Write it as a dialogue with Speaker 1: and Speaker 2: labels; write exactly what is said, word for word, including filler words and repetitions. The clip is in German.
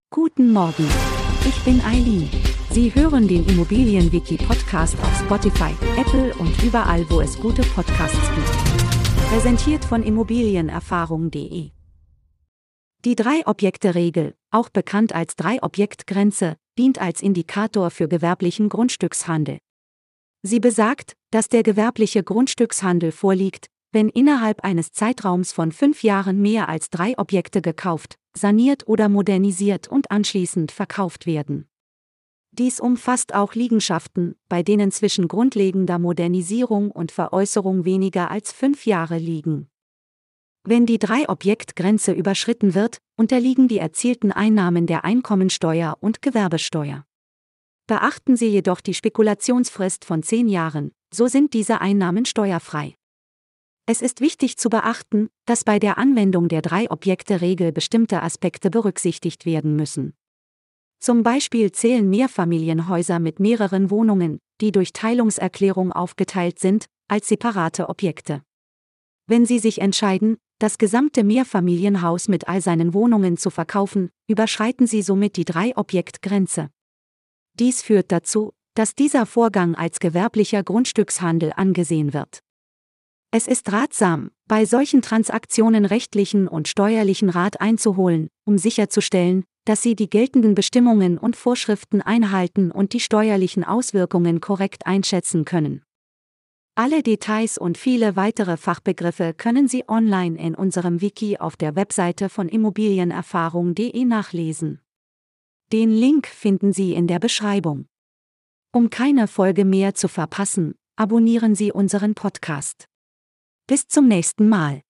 Speaker 1: Guten Morgen, ich bin Eileen. Sie hören den Immobilienwiki-Podcast auf Spotify, Apple und überall, wo es gute Podcasts gibt. Präsentiert von immobilienerfahrung punkt de. Die Drei-Objekte-Regel, auch bekannt als Drei-Objekt-Grenze, dient als Indikator für gewerblichen Grundstückshandel. Sie besagt, dass der gewerbliche Grundstückshandel vorliegt, wenn innerhalb eines Zeitraums von fünf Jahren mehr als drei Objekte gekauft, saniert oder modernisiert und anschließend verkauft werden. Dies umfasst auch Liegenschaften, bei denen zwischen grundlegender Modernisierung und Veräußerung weniger als fünf Jahre liegen. Wenn die Drei-Objekt-Grenze überschritten wird, unterliegen die erzielten Einnahmen der Einkommensteuer und Gewerbesteuer. Beachten Sie jedoch die Spekulationsfrist von zehn Jahren, so sind diese Einnahmen steuerfrei. Es ist wichtig zu beachten, dass bei der Anwendung der Drei-Objekte-Regel bestimmte Aspekte berücksichtigt werden müssen. Zum Beispiel zählen Mehrfamilienhäuser mit mehreren Wohnungen, die durch Teilungserklärung aufgeteilt sind, als separate Objekte. Wenn Sie sich entscheiden, das gesamte Mehrfamilienhaus mit all seinen Wohnungen zu verkaufen, überschreiten Sie somit die Drei-Objekt-Grenze. Dies führt dazu, dass dieser Vorgang als gewerblicher Grundstückshandel angesehen wird. Es ist ratsam, bei solchen Transaktionen rechtlichen und steuerlichen Rat einzuholen, um sicherzustellen, dass Sie die geltenden Bestimmungen und Vorschriften einhalten und die steuerlichen Auswirkungen korrekt einschätzen können. Alle Details und viele weitere Fachbegriffe können Sie online in unserem Wiki auf der Webseite von immobilienerfahrung punkt de nachlesen. Den Link finden Sie in der Beschreibung. Um keine Folge mehr zu verpassen, abonnieren Sie unseren Podcast. Bis zum nächsten Mal.